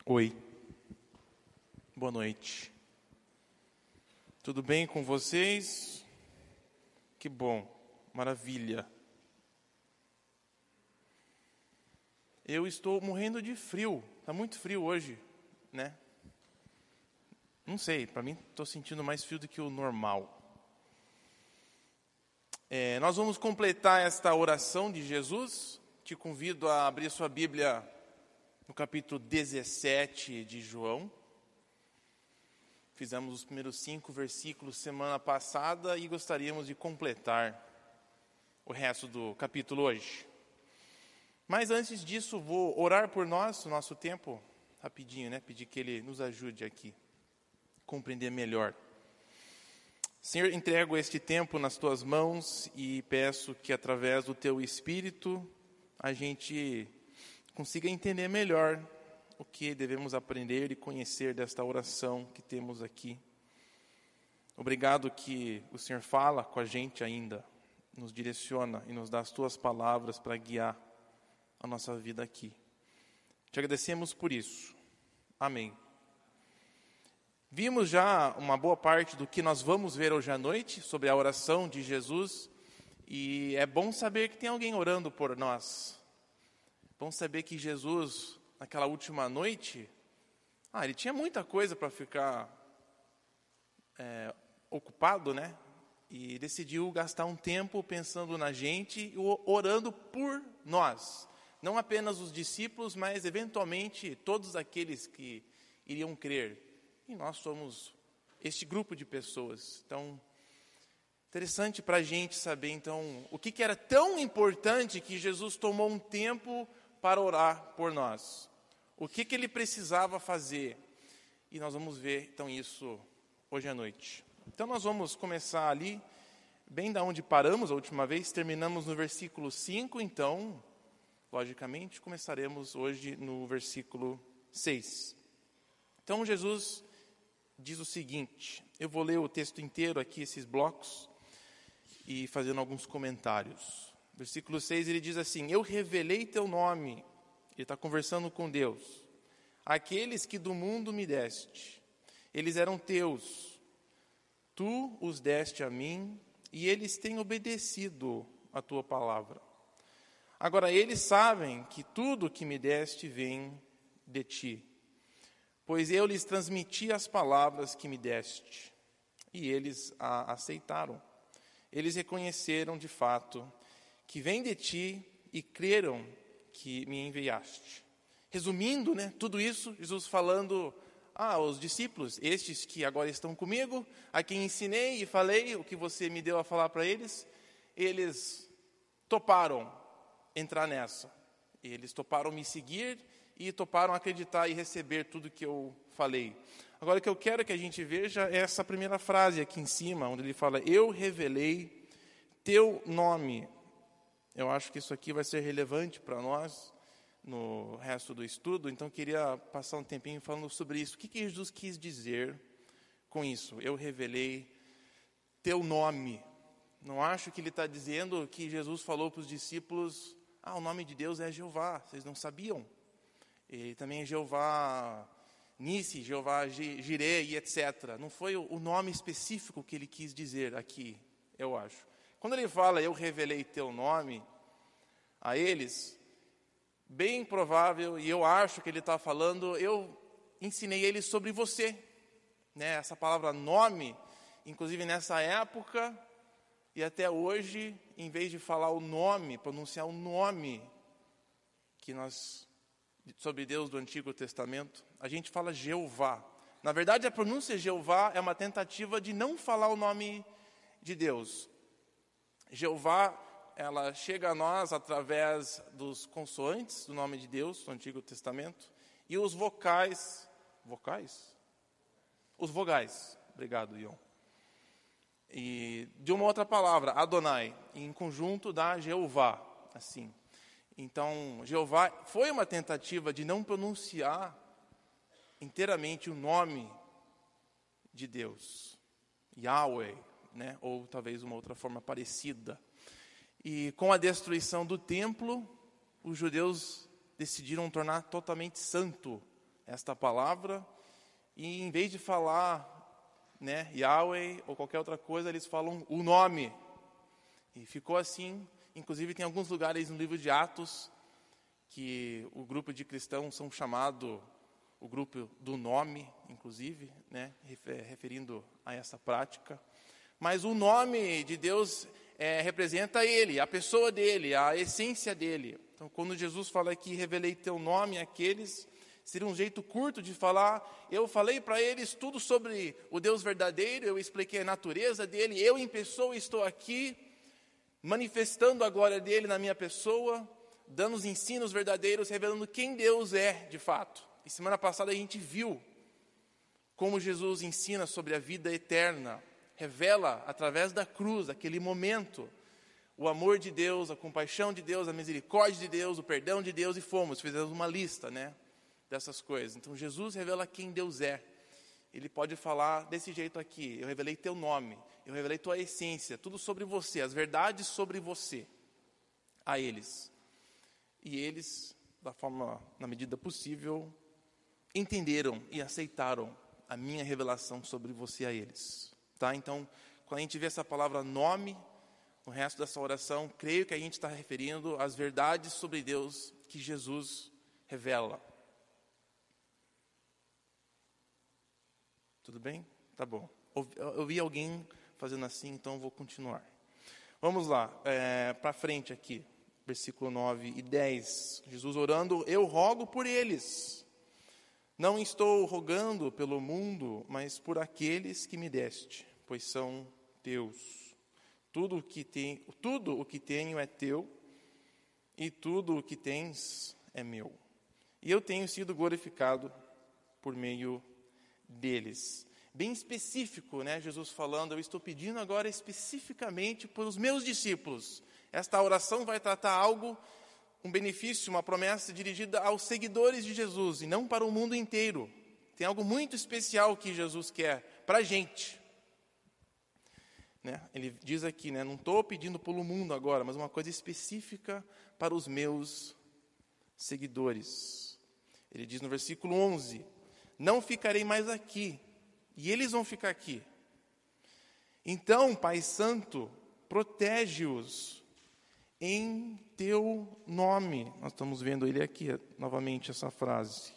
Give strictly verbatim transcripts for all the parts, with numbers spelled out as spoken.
Oi, boa noite. Tudo bem com vocês? Que bom, maravilha. Eu estou morrendo de frio, está muito frio hoje, né? Não sei, para mim estou sentindo mais frio do que o normal. É, nós vamos completar esta oração de Jesus. Te convido a abrir sua Bíblia no capítulo dezessete de João. Fizemos os primeiros cinco versículos semana passada e gostaríamos de completar o resto do capítulo hoje. Mas antes disso, vou orar por nós, o nosso tempo, rapidinho, né? Pedir que Ele nos ajude aqui a compreender melhor. Senhor, entrego este tempo nas Tuas mãos e peço que através do Teu Espírito a gente consiga entender melhor o que devemos aprender e conhecer desta oração que temos aqui. Obrigado que o Senhor fala com a gente ainda, nos direciona e nos dá as Tuas palavras para guiar a nossa vida aqui. Te agradecemos por isso. Amém. Vimos já uma boa parte do que nós vamos ver hoje à noite sobre a oração de Jesus e é bom saber que tem alguém orando por nós. Bom saber que Jesus, naquela última noite, ah, ele tinha muita coisa para ficar é, ocupado, né? E decidiu gastar um tempo pensando na gente e orando por nós. Não apenas os discípulos, mas eventualmente todos aqueles que iriam crer. E nós somos este grupo de pessoas. Então, interessante para a gente saber, então, o que, que era tão importante que Jesus tomou um tempo para orar por nós. O que, que ele precisava fazer. E nós vamos ver, então, isso hoje à noite. Então, nós vamos começar ali, bem da onde paramos a última vez. Terminamos no versículo cinco, então, logicamente, começaremos hoje no versículo seis. Então, Jesus diz o seguinte, eu vou ler o texto inteiro aqui, esses blocos, e fazendo alguns comentários. Versículo seis, ele diz assim, eu revelei teu nome, ele está conversando com Deus, aqueles que do mundo me deste, eles eram teus, tu os deste a mim, e eles têm obedecido a tua palavra. Agora, eles sabem que tudo que me deste vem de ti, pois eu lhes transmiti as palavras que me deste, e eles a aceitaram. Eles reconheceram de fato que vem de ti e creram que me enviaste. Resumindo, né, tudo isso, Jesus falando aos discípulos, estes que agora estão comigo, a quem ensinei e falei o que você me deu a falar para eles, eles toparam entrar nessa. Eles toparam me seguir e toparam acreditar e receber tudo que eu falei. Agora, o que eu quero que a gente veja é essa primeira frase aqui em cima, onde ele fala, eu revelei teu nome. Eu acho que isso aqui vai ser relevante para nós no resto do estudo, então queria passar um tempinho falando sobre isso. O que, que Jesus quis dizer com isso? Eu revelei teu nome. Não acho que ele está dizendo que Jesus falou para os discípulos, ah, o nome de Deus é Jeová, vocês não sabiam? E também é Jeová Nissi, Jeová Jireh e etcétera. Não foi o nome específico que ele quis dizer aqui, eu acho. Quando ele fala, eu revelei teu nome a eles, bem provável, e eu acho que ele está falando, eu ensinei eles sobre você. Né? Essa palavra nome, inclusive nessa época e até hoje, em vez de falar o nome, pronunciar o nome que nós, sobre Deus do Antigo Testamento, a gente fala Jeová. Na verdade, a pronúncia Jeová é uma tentativa de não falar o nome de Deus. Jeová, ela chega a nós através dos consoantes do nome de Deus, do Antigo Testamento, e os vocais, vocais? Os vogais, obrigado, Ion. E de uma outra palavra, Adonai, em conjunto dá Jeová, assim. Então, Jeová foi uma tentativa de não pronunciar inteiramente o nome de Deus, Yahweh, né? Ou talvez uma outra forma parecida. E com a destruição do templo, os judeus decidiram tornar totalmente santo esta palavra, e em vez de falar, né, Yahweh ou qualquer outra coisa, eles falam o nome. E ficou assim. Inclusive tem alguns lugares no livro de Atos que o grupo de cristãos são chamado o grupo do nome, inclusive, né, referindo a essa prática. Mas o nome de Deus é, representa Ele, a pessoa dEle, a essência dEle. Então, quando Jesus fala aqui, revelei teu nome àqueles, seria um jeito curto de falar, eu falei para eles tudo sobre o Deus verdadeiro, eu expliquei a natureza dEle, eu em pessoa estou aqui, manifestando a glória dEle na minha pessoa, dando os ensinos verdadeiros, revelando quem Deus é de fato. E semana passada a gente viu como Jesus ensina sobre a vida eterna, revela através da cruz, aquele momento, o amor de Deus, a compaixão de Deus, a misericórdia de Deus, o perdão de Deus, e fomos, fizemos uma lista, né, dessas coisas. Então Jesus revela quem Deus é. Ele pode falar desse jeito aqui, eu revelei teu nome, eu revelei tua essência, tudo sobre você, as verdades sobre você, a eles. E eles, da forma, na medida possível, entenderam e aceitaram a minha revelação sobre você a eles. Tá? Então, quando a gente vê essa palavra nome, no resto dessa oração, creio que a gente está referindo às verdades sobre Deus que Jesus revela. Tudo bem? Tá bom. Eu vi alguém fazendo assim, então eu vou continuar. Vamos lá, é, para frente aqui, versículo nove e dez. Jesus orando, eu rogo por eles. Não estou rogando pelo mundo, mas por aqueles que me deste, pois são teus. Tudo o que tem, tudo o que tenho é teu, e tudo o que tens é meu. E eu tenho sido glorificado por meio deles. Bem específico, né? Jesus falando, eu estou pedindo agora especificamente por os meus discípulos. Esta oração vai tratar algo, um benefício, uma promessa dirigida aos seguidores de Jesus, e não para o mundo inteiro. Tem algo muito especial que Jesus quer para a gente. Né? Ele diz aqui, né? Não estou pedindo pelo mundo agora, mas uma coisa específica para os meus seguidores. Ele diz no versículo onze, não ficarei mais aqui, e eles vão ficar aqui. Então, Pai Santo, protege-os em teu nome. Nós estamos vendo ele aqui, novamente, essa frase.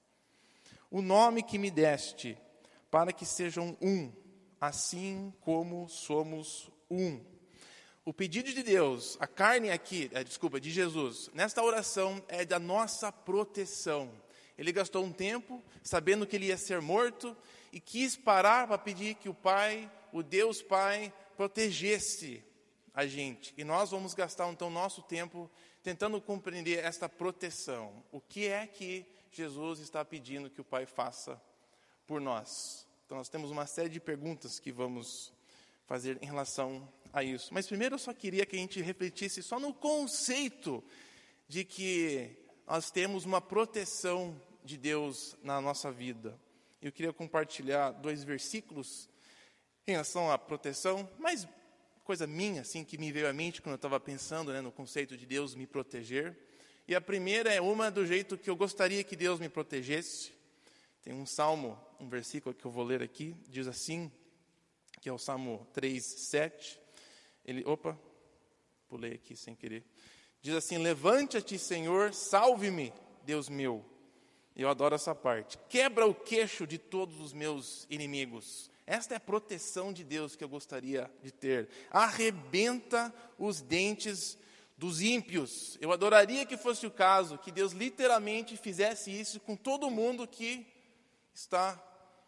O nome que me deste, para que sejam um, assim como somos um. O pedido de Deus, a carne aqui, é, desculpa, de Jesus, nesta oração é da nossa proteção. Ele gastou um tempo sabendo que ele ia ser morto e quis parar para pedir que o Pai, o Deus Pai, protegesse a gente. E nós vamos gastar então nosso tempo tentando compreender esta proteção. O que é que Jesus está pedindo que o Pai faça por nós? Então nós temos uma série de perguntas que vamos fazer em relação a isso. Mas primeiro eu só queria que a gente refletisse só no conceito de que nós temos uma proteção de Deus na nossa vida. Eu queria compartilhar dois versículos em relação à proteção, mas coisa minha, assim, que me veio à mente quando eu estava pensando, né, no conceito de Deus me proteger. E a primeira é uma do jeito que eu gostaria que Deus me protegesse. Tem um salmo, um versículo que eu vou ler aqui, diz assim, que é o Salmo três, sete. Ele, opa, pulei aqui sem querer. Diz assim, levanta-te, Senhor, salve-me, Deus meu. Eu adoro essa parte. Quebra o queixo de todos os meus inimigos. Esta é a proteção de Deus que eu gostaria de ter. Arrebenta os dentes dos ímpios. Eu adoraria que fosse o caso, que Deus literalmente fizesse isso com todo mundo que está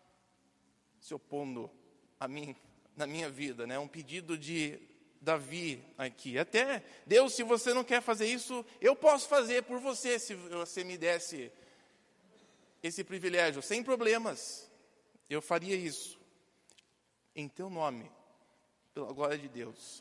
se opondo a mim, na minha vida, né? Um pedido de Davi aqui. Até, Deus, se você não quer fazer isso, eu posso fazer por você, se você me desse esse privilégio, sem problemas. Eu faria isso. Em teu nome, pela glória de Deus.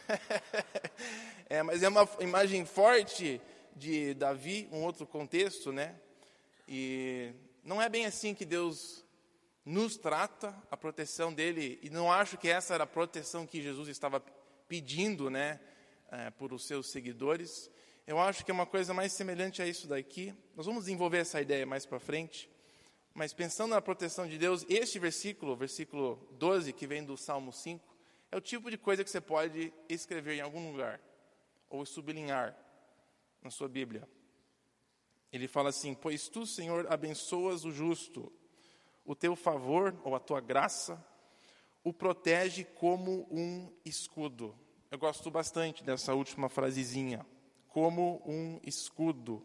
É, mas é uma imagem forte de Davi, um outro contexto, né? E não é bem assim que Deus nos trata, a proteção dele, e não acho que essa era a proteção que Jesus estava pedindo, né, é, por os seus seguidores. Eu acho que é uma coisa mais semelhante a isso daqui. Nós vamos desenvolver essa ideia mais para frente. Mas pensando na proteção de Deus, este versículo, versículo doze, que vem do Salmo cinco, é o tipo de coisa que você pode escrever em algum lugar, ou sublinhar na sua Bíblia. Ele fala assim: pois tu, Senhor, abençoas o justo, o teu favor, ou a tua graça, o protege como um escudo. Eu gosto bastante dessa última frasezinha, como um escudo.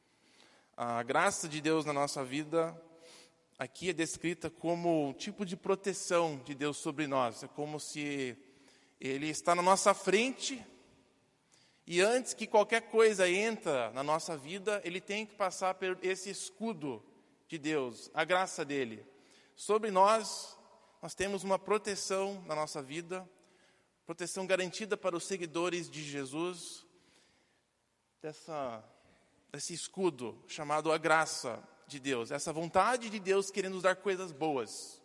A graça de Deus na nossa vida, aqui é descrita como um tipo de proteção de Deus sobre nós. É como se Ele está na nossa frente, e antes que qualquer coisa entre na nossa vida, Ele tem que passar por esse escudo de Deus, a graça dEle. Sobre nós, nós temos uma proteção na nossa vida, proteção garantida para os seguidores de Jesus, dessa, desse escudo chamado a graça de Deus, essa vontade de Deus querendo nos dar coisas boas,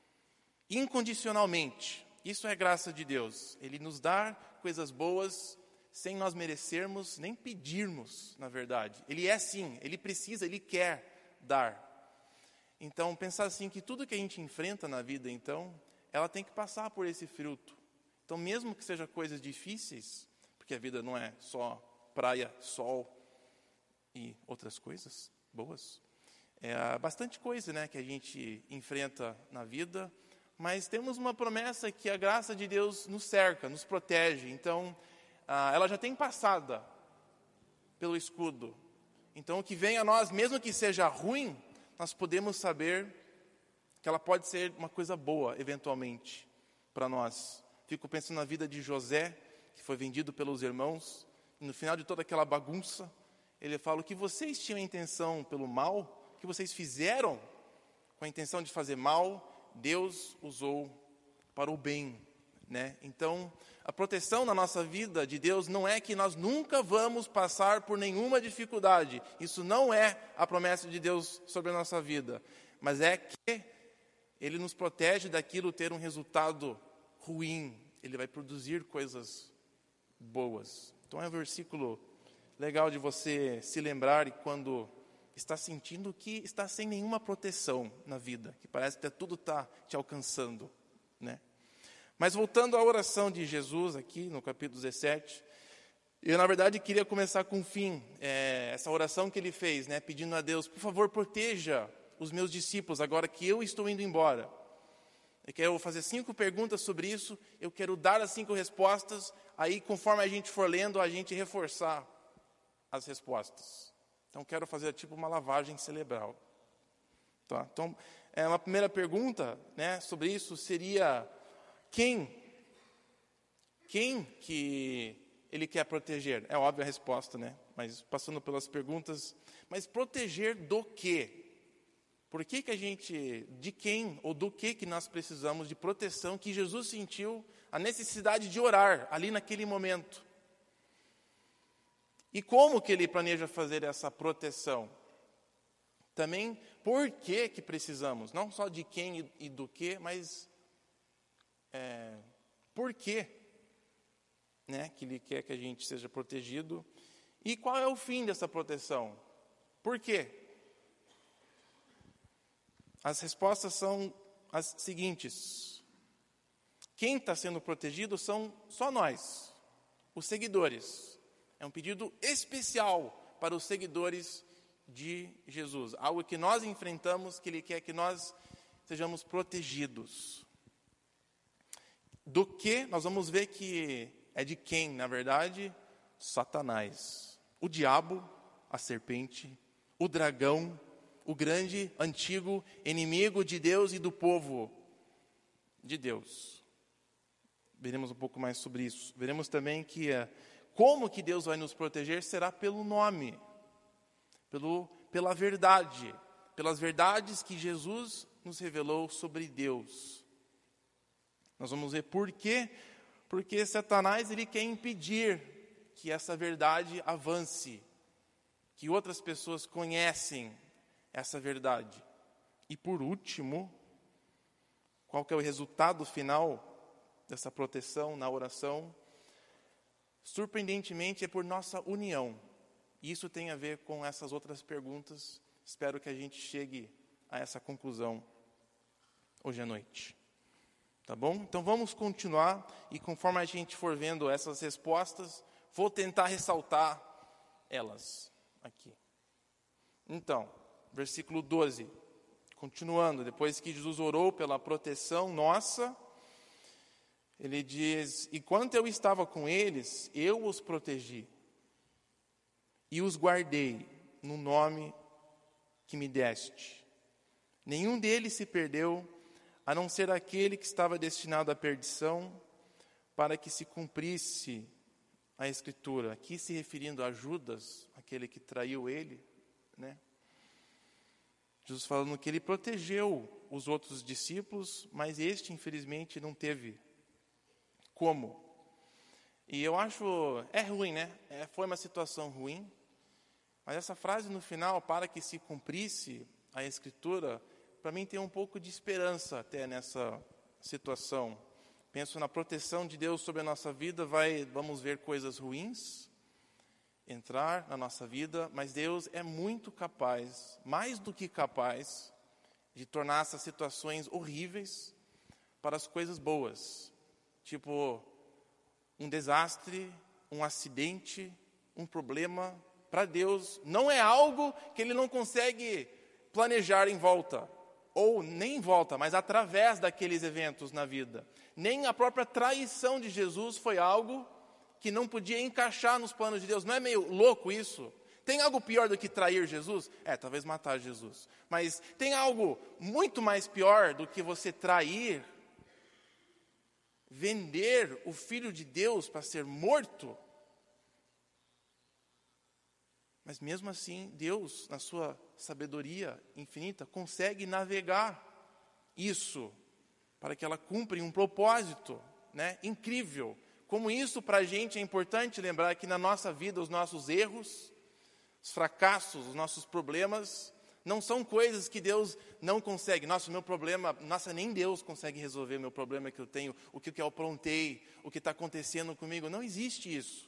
incondicionalmente. Isso é graça de Deus, Ele nos dá coisas boas sem nós merecermos, nem pedirmos, na verdade. Ele é sim, Ele precisa, Ele quer dar. Então, pensar assim, que tudo que a gente enfrenta na vida, então, ela tem que passar por esse fruto. Então, mesmo que seja coisas difíceis, porque a vida não é só praia, sol e outras coisas boas, é bastante coisa, né, que a gente enfrenta na vida, mas temos uma promessa que a graça de Deus nos cerca, nos protege. Então, ah, ela já tem passada pelo escudo. Então, o que vem a nós, mesmo que seja ruim, nós podemos saber que ela pode ser uma coisa boa, eventualmente, para nós. Fico pensando na vida de José, que foi vendido pelos irmãos, e no final de toda aquela bagunça, ele fala: o que vocês tinham a intenção pelo mal, o que vocês fizeram com a intenção de fazer mal, Deus usou para o bem, né? Então, a proteção na nossa vida de Deus não é que nós nunca vamos passar por nenhuma dificuldade. Isso não é a promessa de Deus sobre a nossa vida. Mas é que Ele nos protege daquilo ter um resultado ruim. Ele vai produzir coisas boas. Então é um versículo legal de você se lembrar e quando está sentindo que está sem nenhuma proteção na vida, que parece que tudo está te alcançando, né? Mas voltando à oração de Jesus aqui no capítulo dezessete, eu na verdade queria começar com o fim, é, essa oração que ele fez, né, pedindo a Deus: por favor, proteja os meus discípulos agora que eu estou indo embora. Eu quero fazer cinco perguntas sobre isso, eu quero dar as cinco respostas, aí conforme a gente for lendo, a gente reforçar as respostas. Então quero fazer tipo uma lavagem cerebral. Tá? Então, é, uma primeira pergunta, né, sobre isso seria: Quem? Quem que ele quer proteger? É óbvia a resposta, né? Mas passando pelas perguntas, mas proteger do quê? Por que que a gente, de quem ou do que que nós precisamos de proteção que Jesus sentiu a necessidade de orar ali naquele momento? E como que ele planeja fazer essa proteção? Também, por que que precisamos? Não só de quem e, e do que, mas É, por quê, né, que Ele quer que a gente seja protegido? E qual é o fim dessa proteção? Por quê? As respostas são as seguintes: quem está sendo protegido são só nós, os seguidores. É um pedido especial para os seguidores de Jesus, algo que nós enfrentamos, que Ele quer que nós sejamos protegidos. Do que, nós vamos ver que é de quem, na verdade? Satanás. O diabo, a serpente, o dragão, o grande, antigo inimigo de Deus e do povo de Deus. Veremos um pouco mais sobre isso. Veremos também que é, como que Deus vai nos proteger será pelo nome, pelo, pela verdade, pelas verdades que Jesus nos revelou sobre Deus. Nós vamos ver por quê. Porque Satanás ele quer impedir que essa verdade avance, que outras pessoas conhecem essa verdade. E por último, qual que é o resultado final dessa proteção na oração? Surpreendentemente, é por nossa união. E isso tem a ver com essas outras perguntas. Espero que a gente chegue a essa conclusão hoje à noite. Tá bom? Então vamos continuar e conforme a gente for vendo essas respostas, vou tentar ressaltar elas aqui. Então, versículo doze, continuando, depois que Jesus orou pela proteção nossa, ele diz: enquanto eu estava com eles, eu os protegi e os guardei no nome que me deste. Nenhum deles se perdeu, a não ser aquele que estava destinado à perdição, para que se cumprisse a Escritura. Aqui se referindo a Judas, aquele que traiu ele, né? Jesus falando que ele protegeu os outros discípulos, mas este, infelizmente, não teve como. E eu acho, é ruim, né? É, foi uma situação ruim, mas essa frase no final, para que se cumprisse a Escritura, para mim tem um pouco de esperança até nessa situação. Penso na proteção de Deus sobre a nossa vida, vai, vamos ver coisas ruins entrar na nossa vida, mas Deus é muito capaz, mais do que capaz, de tornar essas situações horríveis para as coisas boas. Tipo, um desastre, um acidente, um problema, para Deus não é algo que Ele não consegue planejar em volta. Ou nem em volta, mas através daqueles eventos na vida. Nem a própria traição de Jesus foi algo que não podia encaixar nos planos de Deus. Não é meio louco isso? Tem algo pior do que trair Jesus? É, talvez matar Jesus. Mas tem algo muito mais pior do que você trair, vender o Filho de Deus para ser morto? Mas mesmo assim, Deus, na sua sabedoria infinita, consegue navegar isso para que ela cumpra um propósito, né, incrível. Como isso para a gente é importante lembrar que na nossa vida os nossos erros, os fracassos, os nossos problemas, não são coisas que Deus não consegue. Nossa, o meu problema, nossa, nem Deus consegue resolver o meu problema que eu tenho, o que eu aprontei, o que está acontecendo comigo. Não existe isso.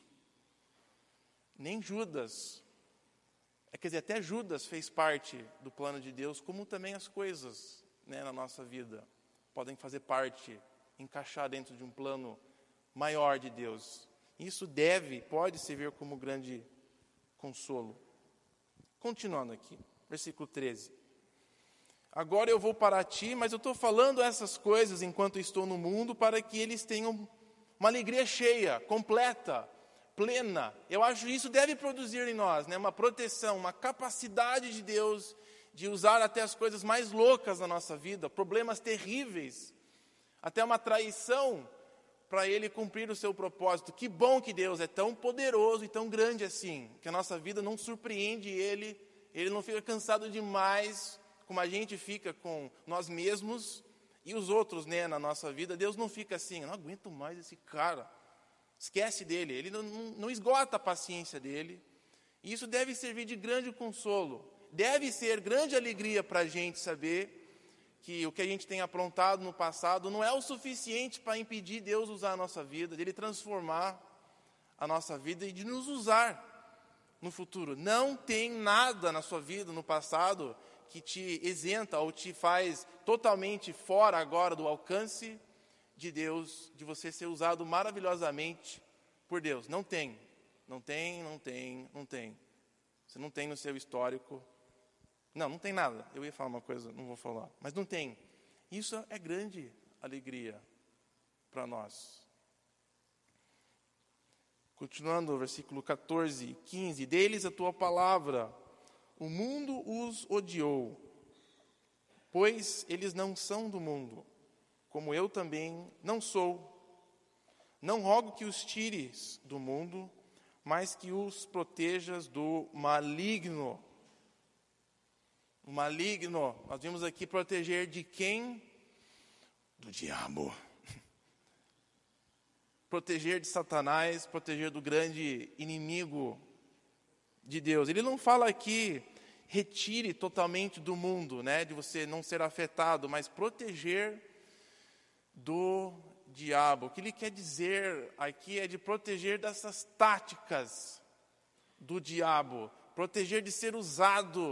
Nem Judas. É, quer dizer, até Judas fez parte do plano de Deus, como também as coisas, né, na nossa vida podem fazer parte, encaixar dentro de um plano maior de Deus. Isso deve, pode servir como grande consolo. Continuando aqui, versículo treze. Agora eu vou para ti, mas eu estou falando essas coisas enquanto estou no mundo, para que eles tenham uma alegria cheia, completa, plena. Eu acho que isso deve produzir em nós, né, uma proteção, uma capacidade de Deus de usar até as coisas mais loucas da nossa vida, problemas terríveis, até uma traição, para Ele cumprir o seu propósito. Que bom que Deus é tão poderoso e tão grande assim, que a nossa vida não surpreende Ele, Ele não fica cansado demais, como a gente fica com nós mesmos e os outros, né, na nossa vida. Deus não fica assim, eu não aguento mais esse cara. Esquece dele, ele não, não, não esgota a paciência dele. E isso deve servir de grande consolo. Deve ser grande alegria para a gente saber que o que a gente tem aprontado no passado não é o suficiente para impedir Deus usar a nossa vida, de Ele transformar a nossa vida e de nos usar no futuro. Não tem nada na sua vida, no passado, que te isenta ou te faz totalmente fora agora do alcance de Deus, de você ser usado maravilhosamente por Deus. Não tem, não tem, não tem, não tem. Você não tem no seu histórico. Não, não tem nada. Eu ia falar uma coisa, não vou falar. Mas não tem. Isso é grande alegria para nós. Continuando o versículo catorze e quinze. Deles a tua palavra, o mundo os odiou, pois eles não são do mundo, como eu também não sou. Não rogo que os tires do mundo, mas que os protejas do maligno. O maligno, nós vimos aqui proteger de quem? Do diabo. Proteger de Satanás, proteger do grande inimigo de Deus. Ele não fala aqui, retire totalmente do mundo, né, de você não ser afetado, mas proteger do diabo. O que ele quer dizer aqui é de proteger dessas táticas do diabo, proteger de ser usado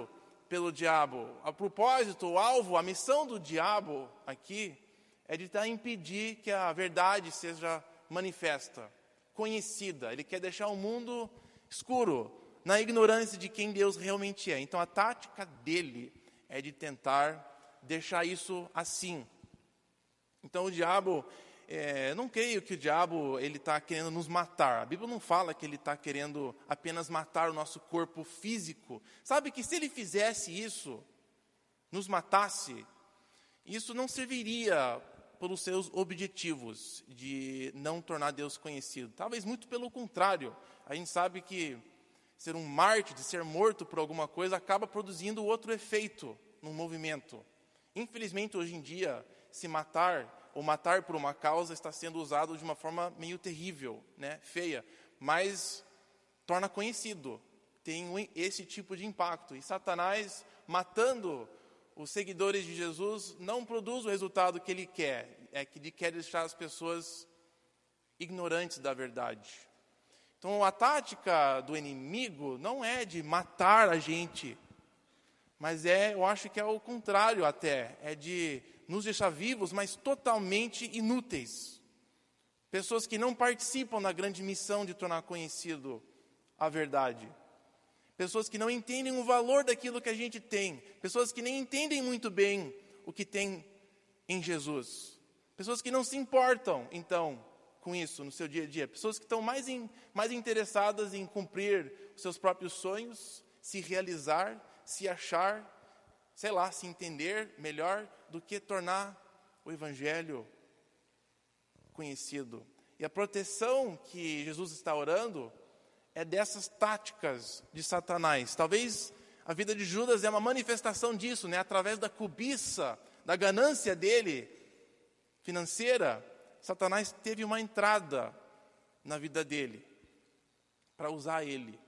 pelo diabo. A propósito, o alvo, a missão do diabo aqui é de tentar impedir que a verdade seja manifesta, conhecida. Ele quer deixar o mundo escuro, na ignorância de quem Deus realmente é. Então a tática dele é de tentar deixar isso assim. Então o diabo, é, não creio que o diabo ele está querendo nos matar. A Bíblia não fala que ele está querendo apenas matar o nosso corpo físico. Sabe que se ele fizesse isso, nos matasse, isso não serviria pelos seus objetivos de não tornar Deus conhecido. Talvez muito pelo contrário. A gente sabe que ser um mártir, de ser morto por alguma coisa, acaba produzindo outro efeito no movimento. Infelizmente, hoje em dia, se matar ou matar por uma causa está sendo usado de uma forma meio terrível, né? Feia, mas torna conhecido, tem esse tipo de impacto. E Satanás, matando os seguidores de Jesus, não produz o resultado que ele quer, é que ele quer deixar as pessoas ignorantes da verdade. Então, a tática do inimigo não é de matar a gente, mas é, eu acho que é o contrário até, é de nos deixar vivos, mas totalmente inúteis. Pessoas que não participam da grande missão de tornar conhecido a verdade. Pessoas que não entendem o valor daquilo que a gente tem. Pessoas que nem entendem muito bem o que tem em Jesus. Pessoas que não se importam, então, com isso no seu dia a dia. Pessoas que estão mais, em, mais interessadas em cumprir os seus próprios sonhos, se realizar, se achar, sei lá, se entender melhor do que tornar o Evangelho conhecido. E a proteção que Jesus está orando é dessas táticas de Satanás. Talvez a vida de Judas é uma manifestação disso, né? Através da cobiça, da ganância dele, financeira, Satanás teve uma entrada na vida dele, para usar ele.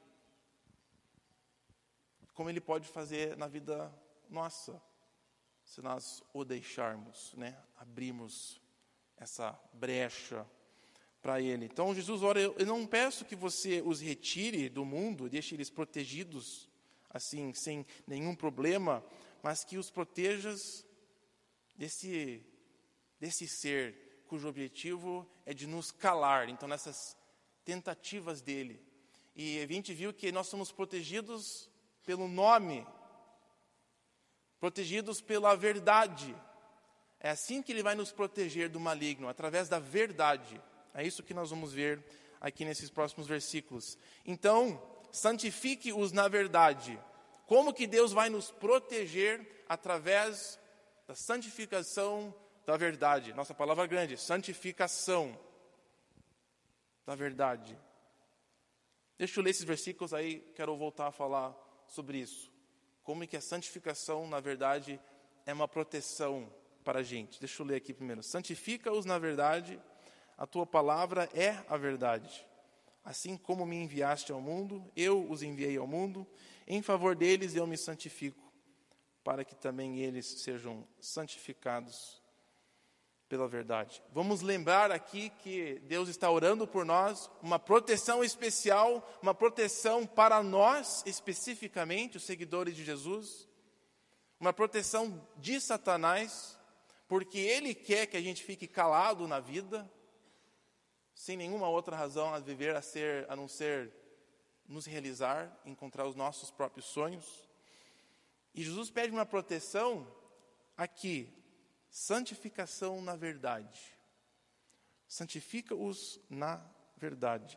Como ele pode fazer na vida nossa, se nós o deixarmos, né? Abrimos essa brecha para ele. Então Jesus ora, eu não peço que você os retire do mundo, deixe eles protegidos, assim, sem nenhum problema, mas que os protejas desse, desse ser, cujo objetivo é de nos calar. Então, nessas tentativas dele. E a gente viu que nós somos protegidos pelo nome, protegidos pela verdade. É assim que ele vai nos proteger do maligno, através da verdade. É isso que nós vamos ver aqui nesses próximos versículos. Então, santifique-os na verdade. Como que Deus vai nos proteger através da santificação da verdade? Nossa palavra grande, santificação da verdade. Deixa eu ler esses versículos, aí quero voltar a falar sobre isso. Como que a santificação, na verdade, é uma proteção para a gente. Deixa eu ler aqui primeiro. Santifica-os na verdade, a tua palavra é a verdade. Assim como me enviaste ao mundo, eu os enviei ao mundo. Em favor deles eu me santifico, para que também eles sejam santificados pela verdade. Vamos lembrar aqui que Deus está orando por nós, uma proteção especial, uma proteção para nós, especificamente, os seguidores de Jesus, uma proteção de Satanás, porque ele quer que a gente fique calado na vida, sem nenhuma outra razão a viver a, ser, a não ser nos realizar, encontrar os nossos próprios sonhos. E Jesus pede uma proteção aqui, santificação na verdade. Santifica-os na verdade.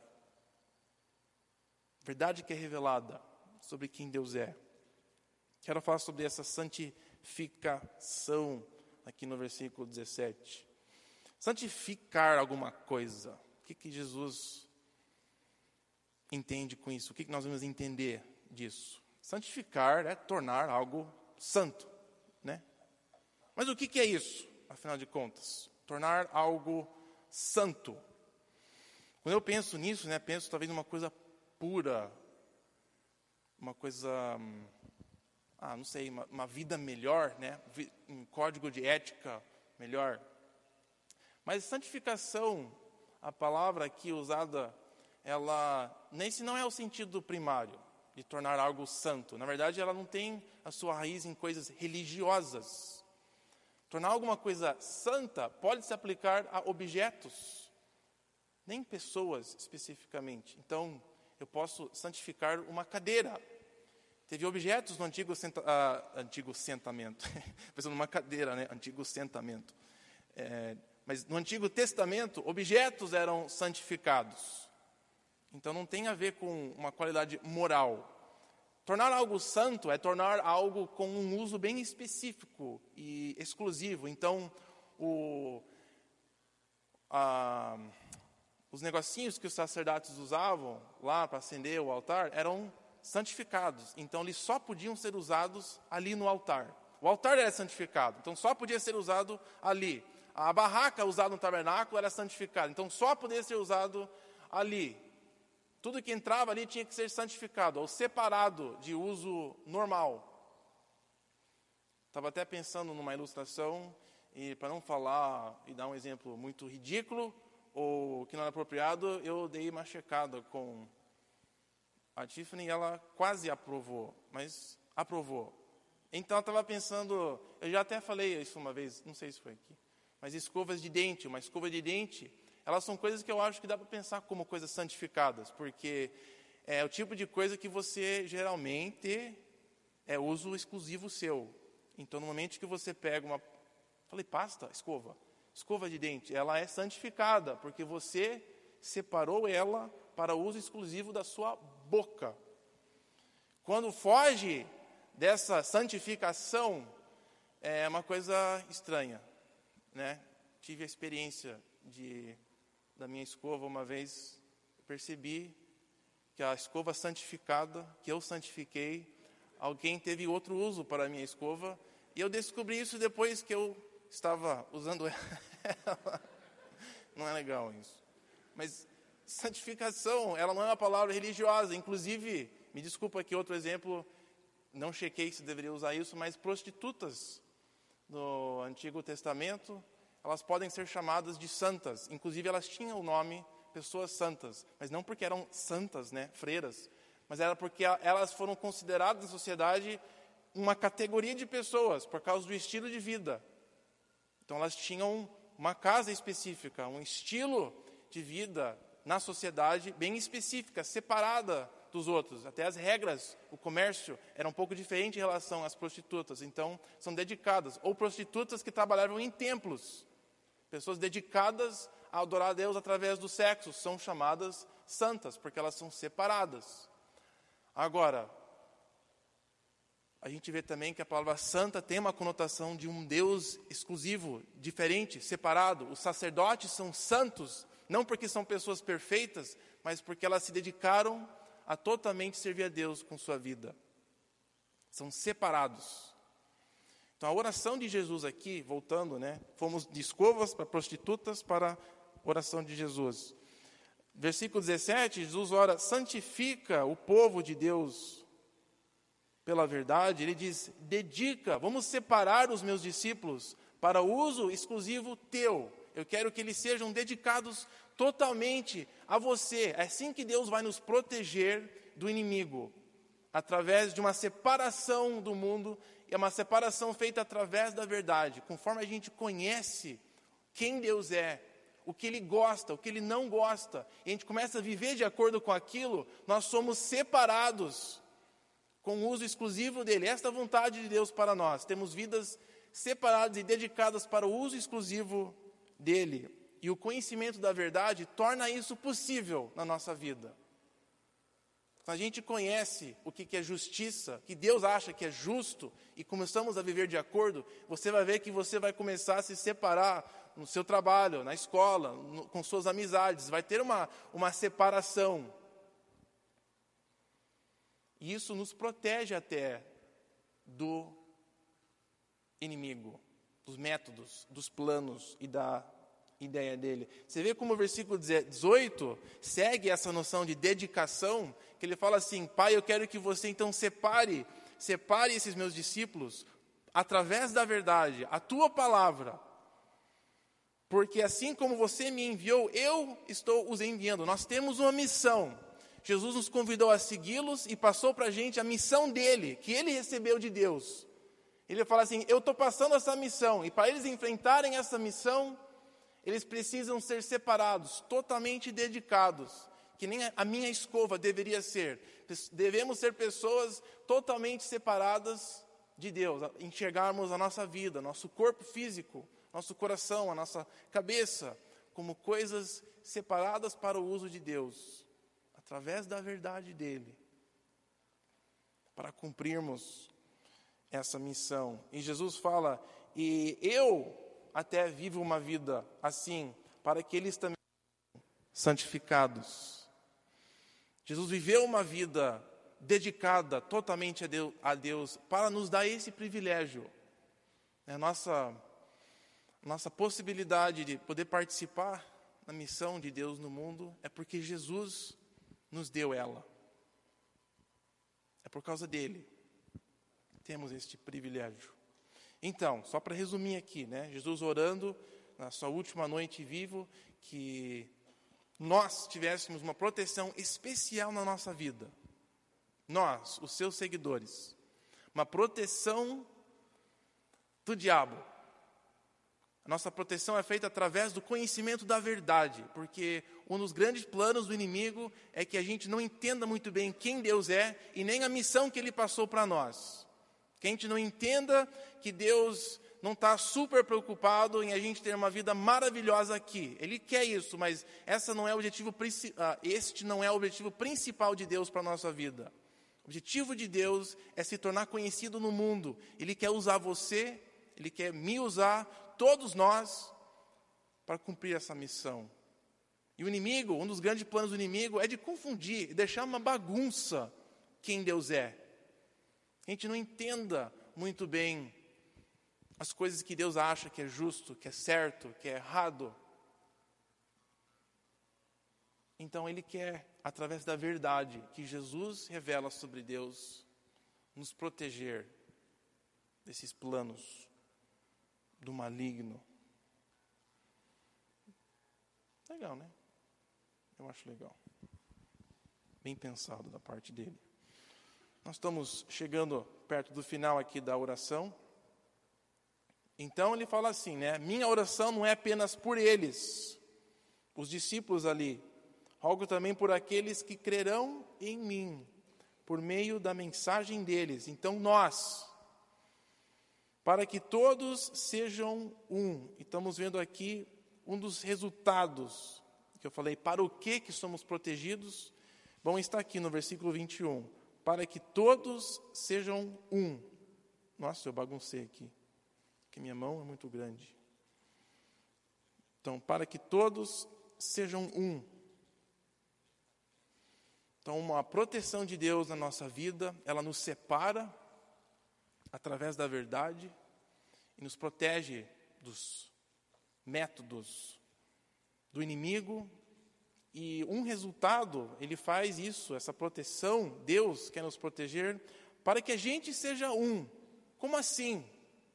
Verdade que é revelada sobre quem Deus é. Quero falar sobre essa santificação aqui no versículo dezessete. Santificar alguma coisa. O que, que Jesus entende com isso? O que, que nós vamos entender disso? Santificar é tornar algo santo, né? Mas o que, que é isso, afinal de contas? Tornar algo santo. Quando eu penso nisso, né, penso talvez numa coisa pura, uma coisa, ah, não sei, uma, uma vida melhor, né, um código de ética melhor. Mas santificação, a palavra aqui usada, ela, nesse não é o sentido primário. de tornar algo santo. Na verdade, ela não tem a sua raiz em coisas religiosas. Tornar alguma coisa santa pode se aplicar a objetos, nem pessoas especificamente. Então, eu posso santificar uma cadeira. Teve objetos no antigo, senta, uh, antigo sentamento, pensando numa cadeira, né? Antigo sentamento. É, mas no Antigo Testamento, objetos eram santificados. Então não tem a ver com uma qualidade moral. Tornar algo santo é tornar algo com um uso bem específico e exclusivo. Então, o, a, os negocinhos que os sacerdotes usavam lá para acender o altar eram santificados. Então, eles só podiam ser usados ali no altar. O altar era santificado, então só podia ser usado ali. A barraca usada no tabernáculo era santificada, então só podia ser usado ali. Tudo que entrava ali tinha que ser santificado, ou separado de uso normal. Estava até pensando numa ilustração, e para não falar e dar um exemplo muito ridículo, ou que não era apropriado, eu dei uma checada com a Tiffany e ela quase aprovou, mas aprovou. Então eu estava pensando, eu já até falei isso uma vez, não sei se foi aqui, mas escovas de dente, uma escova de dente, elas são coisas que eu acho que dá para pensar como coisas santificadas, porque é o tipo de coisa que você geralmente é uso exclusivo seu. Então, no momento que você pega uma... Falei, pasta? Escova. Escova de dente. Ela é santificada, porque você separou ela para uso exclusivo da sua boca. Quando foge dessa santificação, é uma coisa estranha, né? Tive a experiência de... da minha escova, uma vez, percebi que a escova santificada, que eu santifiquei, alguém teve outro uso para a minha escova, e eu descobri isso depois que eu estava usando ela. Não é legal isso. Mas santificação, ela não é uma palavra religiosa. Inclusive, me desculpa aqui outro exemplo, não chequei se deveria usar isso, mas prostitutas no Antigo Testamento, elas podem ser chamadas de santas. Inclusive, elas tinham o nome pessoas santas. Mas não porque eram santas, né, freiras. Mas era porque elas foram consideradas na sociedade uma categoria de pessoas, por causa do estilo de vida. Então, elas tinham uma casa específica, um estilo de vida na sociedade bem específica, separada dos outros. Até as regras, o comércio, era um pouco diferente em relação às prostitutas. Então, são dedicadas. Ou prostitutas que trabalhavam em templos. Pessoas dedicadas a adorar a Deus através do sexo são chamadas santas, porque elas são separadas. Agora, a gente vê também que a palavra santa tem uma conotação de um Deus exclusivo, diferente, separado. Os sacerdotes são santos, não porque são pessoas perfeitas, mas porque elas se dedicaram a totalmente servir a Deus com sua vida. São separados. Então, a oração de Jesus aqui, voltando, né? Fomos de escovas para prostitutas para a oração de Jesus. Versículo dezessete, Jesus ora, santifica o povo de Deus pela verdade. Ele diz, dedica, vamos separar os meus discípulos para uso exclusivo teu. Eu quero que eles sejam dedicados totalmente a você. É assim que Deus vai nos proteger do inimigo, através de uma separação do mundo, e uma separação feita através da verdade, conforme a gente conhece quem Deus é, o que Ele gosta, o que Ele não gosta, e a gente começa a viver de acordo com aquilo, nós somos separados com o uso exclusivo dEle. Esta é a vontade de Deus para nós. Temos vidas separadas e dedicadas para o uso exclusivo dEle. E o conhecimento da verdade torna isso possível na nossa vida. Quando a gente conhece o que é justiça, que Deus acha que é justo, e começamos a viver de acordo, você vai ver que você vai começar a se separar no seu trabalho, na escola, no, com suas amizades. Vai ter uma, uma separação. E isso nos protege até do inimigo, dos métodos, dos planos e da ideia dele. Você vê como o versículo dezoito segue essa noção de dedicação, que ele fala assim, Pai, eu quero que você então separe, separe esses meus discípulos através da verdade, a tua palavra, porque assim como você me enviou, eu estou os enviando. Nós temos uma missão. Jesus nos convidou a segui-los e passou para a gente a missão dele, que ele recebeu de Deus. Ele fala assim, eu estou passando essa missão, e para eles enfrentarem essa missão, eles precisam ser separados, totalmente dedicados, que nem a minha escova deveria ser. Devemos ser pessoas totalmente separadas de Deus, enxergarmos a nossa vida, nosso corpo físico, nosso coração, a nossa cabeça, como coisas separadas para o uso de Deus, através da verdade dele, para cumprirmos essa missão. E Jesus fala, e eu até vivo uma vida assim, para que eles também sejam santificados. Jesus viveu uma vida dedicada totalmente a Deus, a Deus para nos dar esse privilégio. É a nossa, nossa possibilidade de poder participar na missão de Deus no mundo é porque Jesus nos deu ela. É por causa dele. Temos este privilégio. Então, só para resumir aqui, né? Jesus orando na sua última noite vivo, que nós tivéssemos uma proteção especial na nossa vida. Nós, os seus seguidores. Uma proteção do diabo. A nossa proteção é feita através do conhecimento da verdade, porque um dos grandes planos do inimigo é que a gente não entenda muito bem quem Deus é e nem a missão que ele passou para nós. Que a gente não entenda que Deus não está super preocupado em a gente ter uma vida maravilhosa aqui. Ele quer isso, mas essa não é o objetivo, este não é o objetivo principal de Deus para a nossa vida. O objetivo de Deus é se tornar conhecido no mundo. Ele quer usar você, Ele quer me usar, todos nós, para cumprir essa missão. E o inimigo, um dos grandes planos do inimigo é de confundir, deixar uma bagunça quem Deus é. A gente não entenda muito bem as coisas que Deus acha que é justo, que é certo, que é errado. Então Ele quer, através da verdade que Jesus revela sobre Deus, nos proteger desses planos do maligno. Legal, né? Eu acho legal. Bem pensado da parte dele. Nós estamos chegando perto do final aqui da oração. Então ele fala assim, né? Minha oração não é apenas por eles, os discípulos ali. Rogo também por aqueles que crerão em mim, por meio da mensagem deles. Então nós, para que todos sejam um. E estamos vendo aqui um dos resultados que eu falei, para o que que somos protegidos. Bom, está aqui no versículo vinte e um. Para que todos sejam um. Nossa, eu baguncei aqui, porque minha mão é muito grande. Então, para que todos sejam um. Então, uma proteção de Deus na nossa vida, ela nos separa através da verdade e nos protege dos métodos do inimigo. E um resultado, ele faz isso, essa proteção, Deus quer nos proteger para que a gente seja um. Como assim?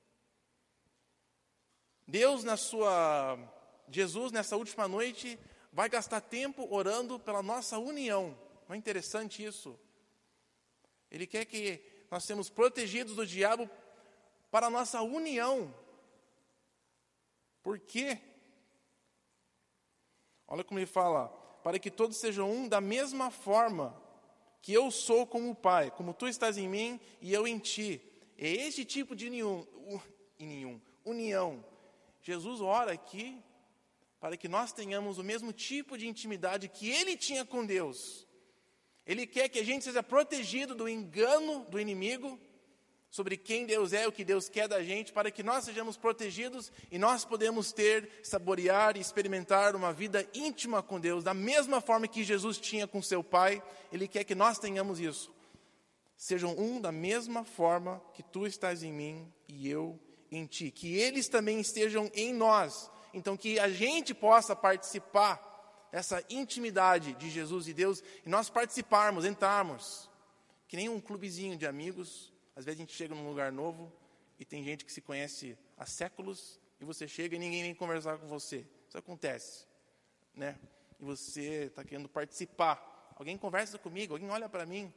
Deus, na sua, Jesus, nessa última noite, vai gastar tempo orando pela nossa união. Não é interessante isso? Ele quer que nós sejamos protegidos do diabo para a nossa união. Por quê? Olha como ele fala, para que todos sejam um da mesma forma que eu sou como o Pai, como tu estás em mim e eu em ti. É este tipo de nenhum, nenhum, união. Jesus ora aqui para que nós tenhamos o mesmo tipo de intimidade que Ele tinha com Deus. Ele quer que a gente seja protegido do engano do inimigo sobre quem Deus é, o que Deus quer da gente, para que nós sejamos protegidos e nós podemos ter, saborear e experimentar uma vida íntima com Deus, da mesma forma que Jesus tinha com seu Pai. Ele quer que nós tenhamos isso. Sejam um da mesma forma que tu estás em mim e eu em ti. Que eles também estejam em nós. Então, que a gente possa participar dessa intimidade de Jesus e Deus, e nós participarmos, entrarmos, que nem um clubezinho de amigos. Às vezes a gente chega num lugar novo e tem gente que se conhece há séculos e você chega e ninguém vem conversar com você. Isso acontece, né? E você está querendo participar alguém conversa comigo, alguém olha para mim.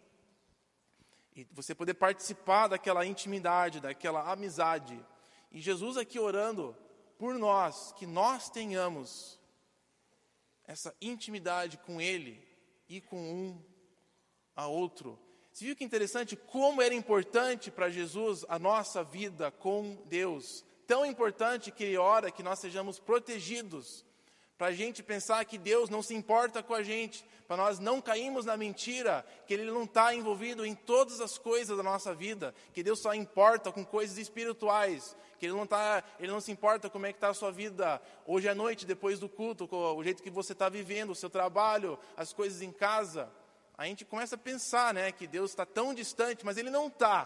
E você poder participar daquela intimidade, daquela amizade. E Jesus aqui orando por nós, que nós tenhamos essa intimidade com Ele e com um a outro. Você viu que interessante como era importante para Jesus a nossa vida com Deus? Tão importante que Ele ora que nós sejamos protegidos, para a gente pensar que Deus não se importa com a gente, para nós não cairmos na mentira, que Ele não está envolvido em todas as coisas da nossa vida, que Deus só importa com coisas espirituais, que Ele não, tá, ele não se importa como é que está a sua vida hoje à noite, depois do culto, com o jeito que você está vivendo, o seu trabalho, as coisas em casa. A gente começa a pensar, né, que Deus está tão distante, mas Ele não está.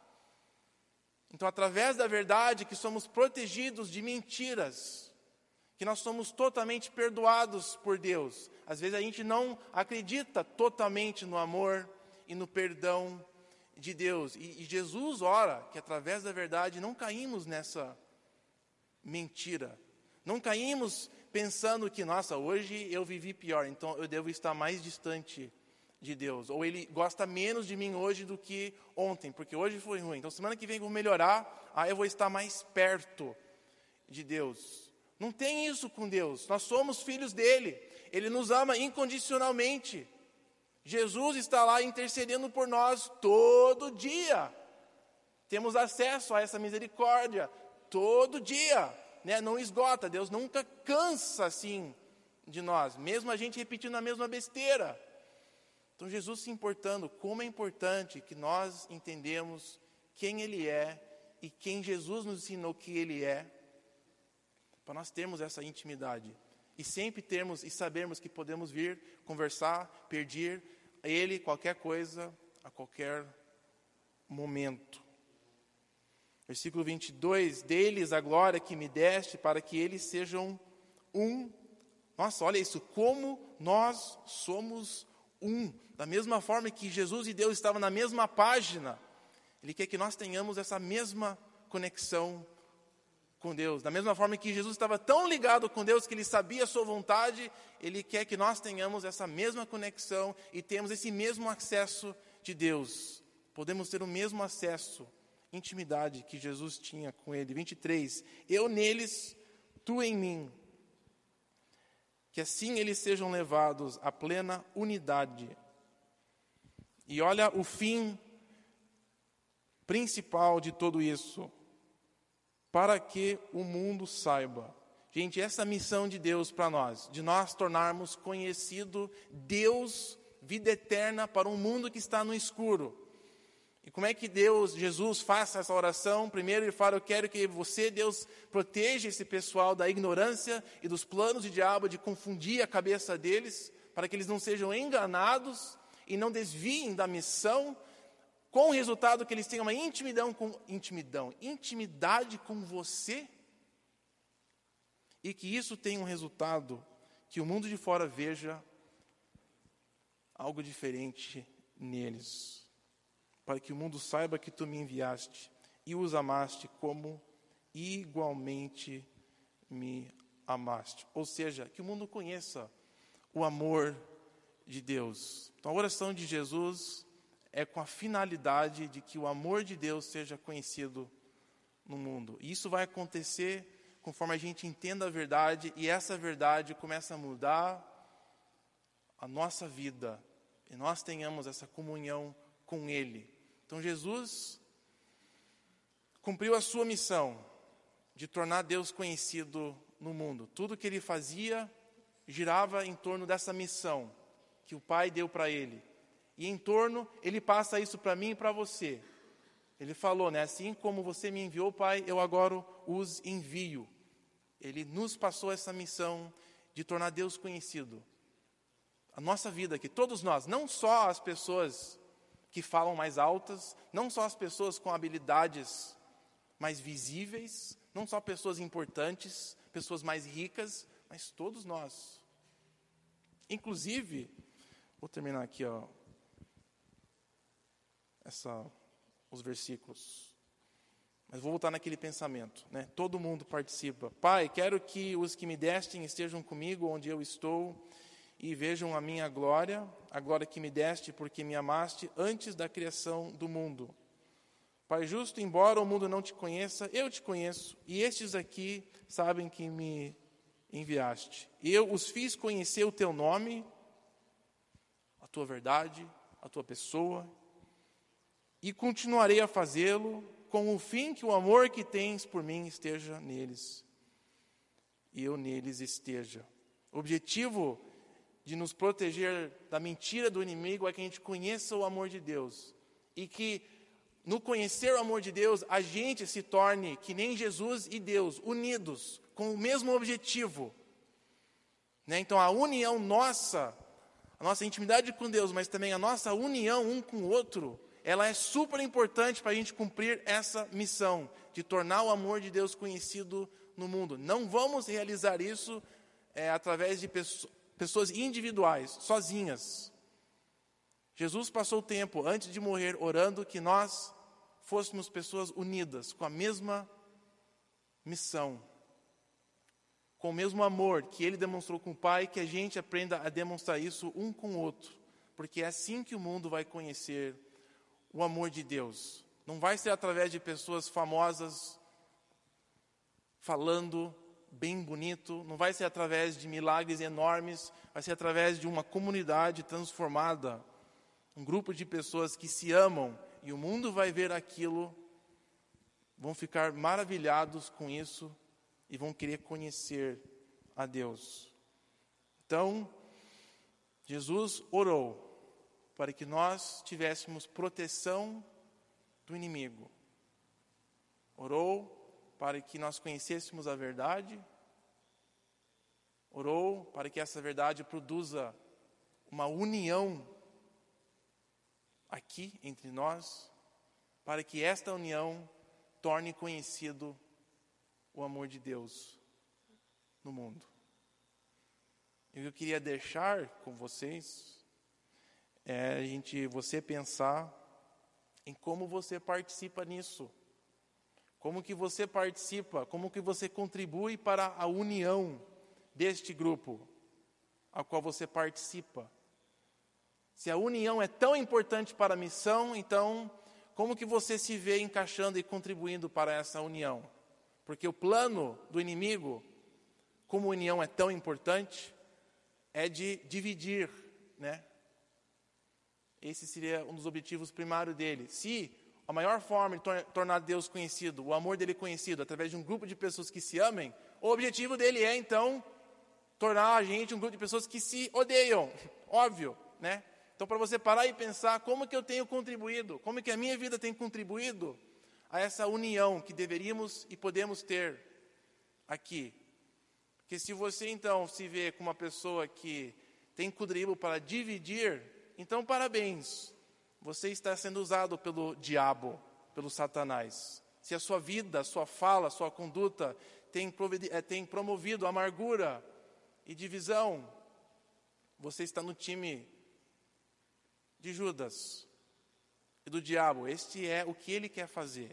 Então, através da verdade, que somos protegidos de mentiras, que nós somos totalmente perdoados por Deus. Às vezes a gente não acredita totalmente no amor e no perdão de Deus. E, e Jesus ora que através da verdade não caímos nessa mentira. Não caímos pensando que, nossa, hoje eu vivi pior, então eu devo estar mais distante de Deus. Ou Ele gosta menos de mim hoje do que ontem, porque hoje foi ruim. Então semana que vem eu vou melhorar, aí eu vou estar mais perto de Deus. Não tem isso com Deus. Nós somos filhos dele. Ele nos ama incondicionalmente. Jesus está lá intercedendo por nós todo dia. Temos acesso a essa misericórdia todo dia, né? Não esgota. Deus nunca cansa assim de nós, mesmo a gente repetindo a mesma besteira. Então Jesus se importando, como é importante que nós entendemos quem Ele é e quem Jesus nos ensinou que Ele é, para nós termos essa intimidade. E sempre termos e sabermos que podemos vir, conversar, pedir a Ele qualquer coisa, a qualquer momento. Versículo vinte e dois, deles a glória que me deste, para que eles sejam um. Nossa, olha isso, como nós somos um. Da mesma forma que Jesus e Deus estavam na mesma página, Ele quer que nós tenhamos essa mesma conexão com Deus. Da mesma forma que Jesus estava tão ligado com Deus que Ele sabia a sua vontade, Ele quer que nós tenhamos essa mesma conexão e temos esse mesmo acesso de Deus. Podemos ter o mesmo acesso, intimidade que Jesus tinha com Ele. vinte e três, eu neles, tu em mim, que assim eles sejam levados à plena unidade. E olha o fim principal de tudo isso, para que o mundo saiba. Gente, essa missão de Deus para nós, de nós tornarmos conhecido Deus, vida eterna para um mundo que está no escuro. E como é que Deus, Jesus, faça essa oração? Primeiro Ele fala, eu quero que você, Deus, proteja esse pessoal da ignorância e dos planos de diabo de confundir a cabeça deles, para que eles não sejam enganados e não desviem da missão, com o resultado que eles tenham uma intimidão com, intimidão, intimidade com você, e que isso tenha um resultado que o mundo de fora veja algo diferente neles, para que o mundo saiba que tu me enviaste e os amaste como igualmente me amaste. Ou seja, que o mundo conheça o amor de Deus. Então a oração de Jesus é com a finalidade de que o amor de Deus seja conhecido no mundo. E isso vai acontecer conforme a gente entenda a verdade, e essa verdade começa a mudar a nossa vida, e nós tenhamos essa comunhão com Ele. Então Jesus cumpriu a sua missão de tornar Deus conhecido no mundo. Tudo que Ele fazia girava em torno dessa missão que o Pai deu para Ele. E em torno, Ele passa isso para mim e para você. Ele falou, né? Assim como você me enviou, Pai, eu agora os envio. Ele nos passou essa missão de tornar Deus conhecido. A nossa vida aqui, todos nós, não só as pessoas que falam mais altas, não só as pessoas com habilidades mais visíveis, não só pessoas importantes, pessoas mais ricas, mas todos nós. Inclusive, vou terminar aqui, ó, essa, os versículos. Mas vou voltar naquele pensamento, né? Todo mundo participa. Pai, quero que os que me destem estejam comigo onde eu estou e vejam a minha glória, a glória que me deste, porque me amaste antes da criação do mundo. Pai justo, embora o mundo não te conheça, eu te conheço, e estes aqui sabem que me enviaste. Eu os fiz conhecer o teu nome, a tua verdade, a tua pessoa, e continuarei a fazê-lo com o fim que o amor que tens por mim esteja neles, e eu neles esteja. O objetivo de nos proteger da mentira do inimigo é que a gente conheça o amor de Deus, e que no conhecer o amor de Deus, a gente se torne que nem Jesus e Deus, unidos, com o mesmo objetivo. Né? Então a união nossa, a nossa intimidade com Deus, mas também a nossa união um com o outro, ela é super importante para a gente cumprir essa missão, de tornar o amor de Deus conhecido no mundo. Não vamos realizar isso é, através de pessoas, pessoas individuais, sozinhas. Jesus passou o tempo, antes de morrer, orando que nós fôssemos pessoas unidas, com a mesma missão, com o mesmo amor que Ele demonstrou com o Pai, que a gente aprenda a demonstrar isso um com o outro, porque é assim que o mundo vai conhecer o amor de Deus. Não vai ser através de pessoas famosas falando bem bonito, não vai ser através de milagres enormes, vai ser através de uma comunidade transformada, um grupo de pessoas que se amam, e o mundo vai ver aquilo, vão ficar maravilhados com isso e vão querer conhecer a Deus. Então, Jesus orou para que nós tivéssemos proteção do inimigo. Orou para que nós conhecêssemos a verdade. Orou para que essa verdade produza uma união aqui entre nós, para que esta união torne conhecido o amor de Deus no mundo. E o que eu queria deixar com vocês é a gente, você pensar em como você participa nisso. Como que você participa, como que você contribui para a união deste grupo ao qual você participa. Se a união é tão importante para a missão, então, como que você se vê encaixando e contribuindo para essa união? Porque o plano do inimigo, como a união é tão importante, é de dividir, né? Esse seria um dos objetivos primários dele. Se a maior forma de tor- tornar Deus conhecido, o amor dele conhecido, através de um grupo de pessoas que se amem, o objetivo dele é, então, tornar a gente um grupo de pessoas que se odeiam. Óbvio, né? Então, para você parar e pensar, como que eu tenho contribuído, como que a minha vida tem contribuído a essa união que deveríamos e podemos ter aqui. Porque se você, então, se vê como uma pessoa que tem contribuído para dividir, então, parabéns, você está sendo usado pelo diabo, pelo Satanás. Se a sua vida, a sua fala, a sua conduta tem, tem promovido amargura e divisão, você está no time de Judas e do diabo. Este é o que ele quer fazer.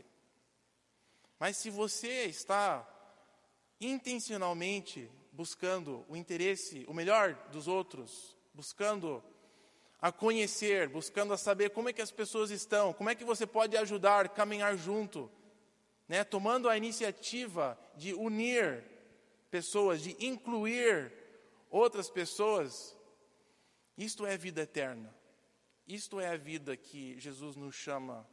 Mas se você está intencionalmente buscando o interesse, o melhor dos outros, buscando a conhecer, buscando a saber como é que as pessoas estão, como é que você pode ajudar, caminhar junto, né? Tomando a iniciativa de unir pessoas, de incluir outras pessoas, isto é vida eterna. Isto é a vida que Jesus nos chama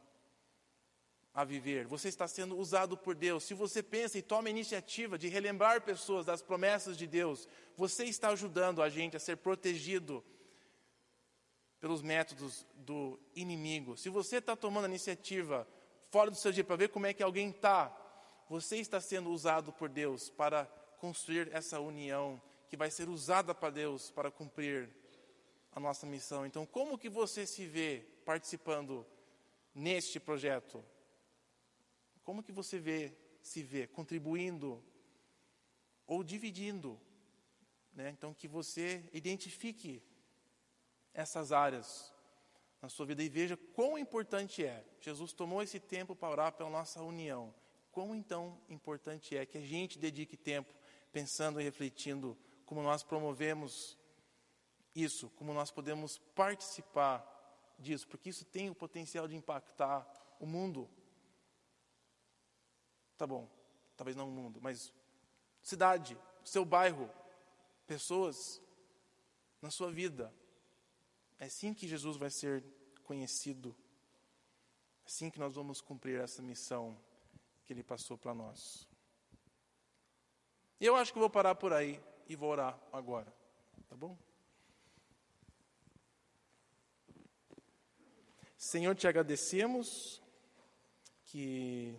a viver. Você está sendo usado por Deus. Se você pensa e toma a iniciativa de relembrar pessoas das promessas de Deus, você está ajudando a gente a ser protegido pelos métodos do inimigo. Se você está tomando a iniciativa fora do seu dia para ver como é que alguém está, você está sendo usado por Deus para construir essa união que vai ser usada para Deus para cumprir a nossa missão. Então, como que você se vê participando neste projeto? Como que você vê, se vê contribuindo ou dividindo, né? Então, que você identifique essas áreas na sua vida e veja quão importante é. Jesus tomou esse tempo para orar pela nossa união. Quão então importante é que a gente dedique tempo pensando e refletindo como nós promovemos isso, como nós podemos participar disso, porque isso tem o potencial de impactar o mundo. Tá bom, talvez não o mundo, mas cidade, seu bairro, pessoas na sua vida. É assim que Jesus vai ser conhecido. É assim que nós vamos cumprir essa missão que Ele passou para nós. E eu acho que eu vou parar por aí e vou orar agora, tá bom? Senhor, te agradecemos que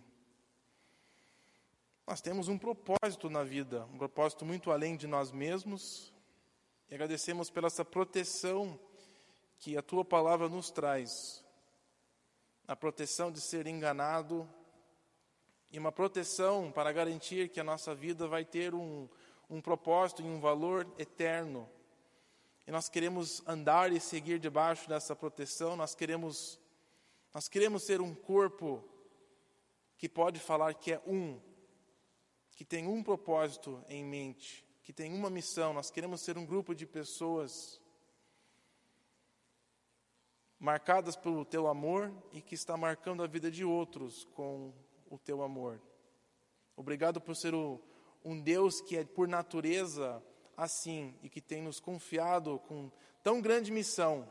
nós temos um propósito na vida, um propósito muito além de nós mesmos. E agradecemos pela essa proteção que a Tua palavra nos traz. A proteção de ser enganado e uma proteção para garantir que a nossa vida vai ter um, um propósito e um valor eterno. E nós queremos andar e seguir debaixo dessa proteção, nós queremos, nós queremos ser um corpo que pode falar que é um, que tem um propósito em mente, que tem uma missão. Nós queremos ser um grupo de pessoas marcadas pelo Teu amor e que está marcando a vida de outros com o Teu amor. Obrigado por ser o, um Deus que é por natureza assim e que tem nos confiado com tão grande missão.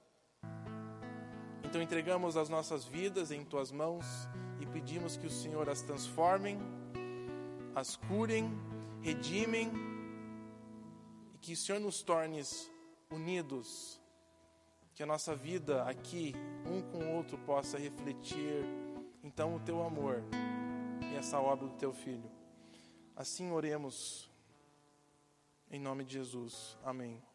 Então entregamos as nossas vidas em Tuas mãos e pedimos que o Senhor as transformem, as curem, redimem e que o Senhor nos torne unidos, que a nossa vida aqui, um com o outro, possa refletir então o Teu amor e essa obra do Teu Filho. Assim oremos em nome de Jesus. Amém.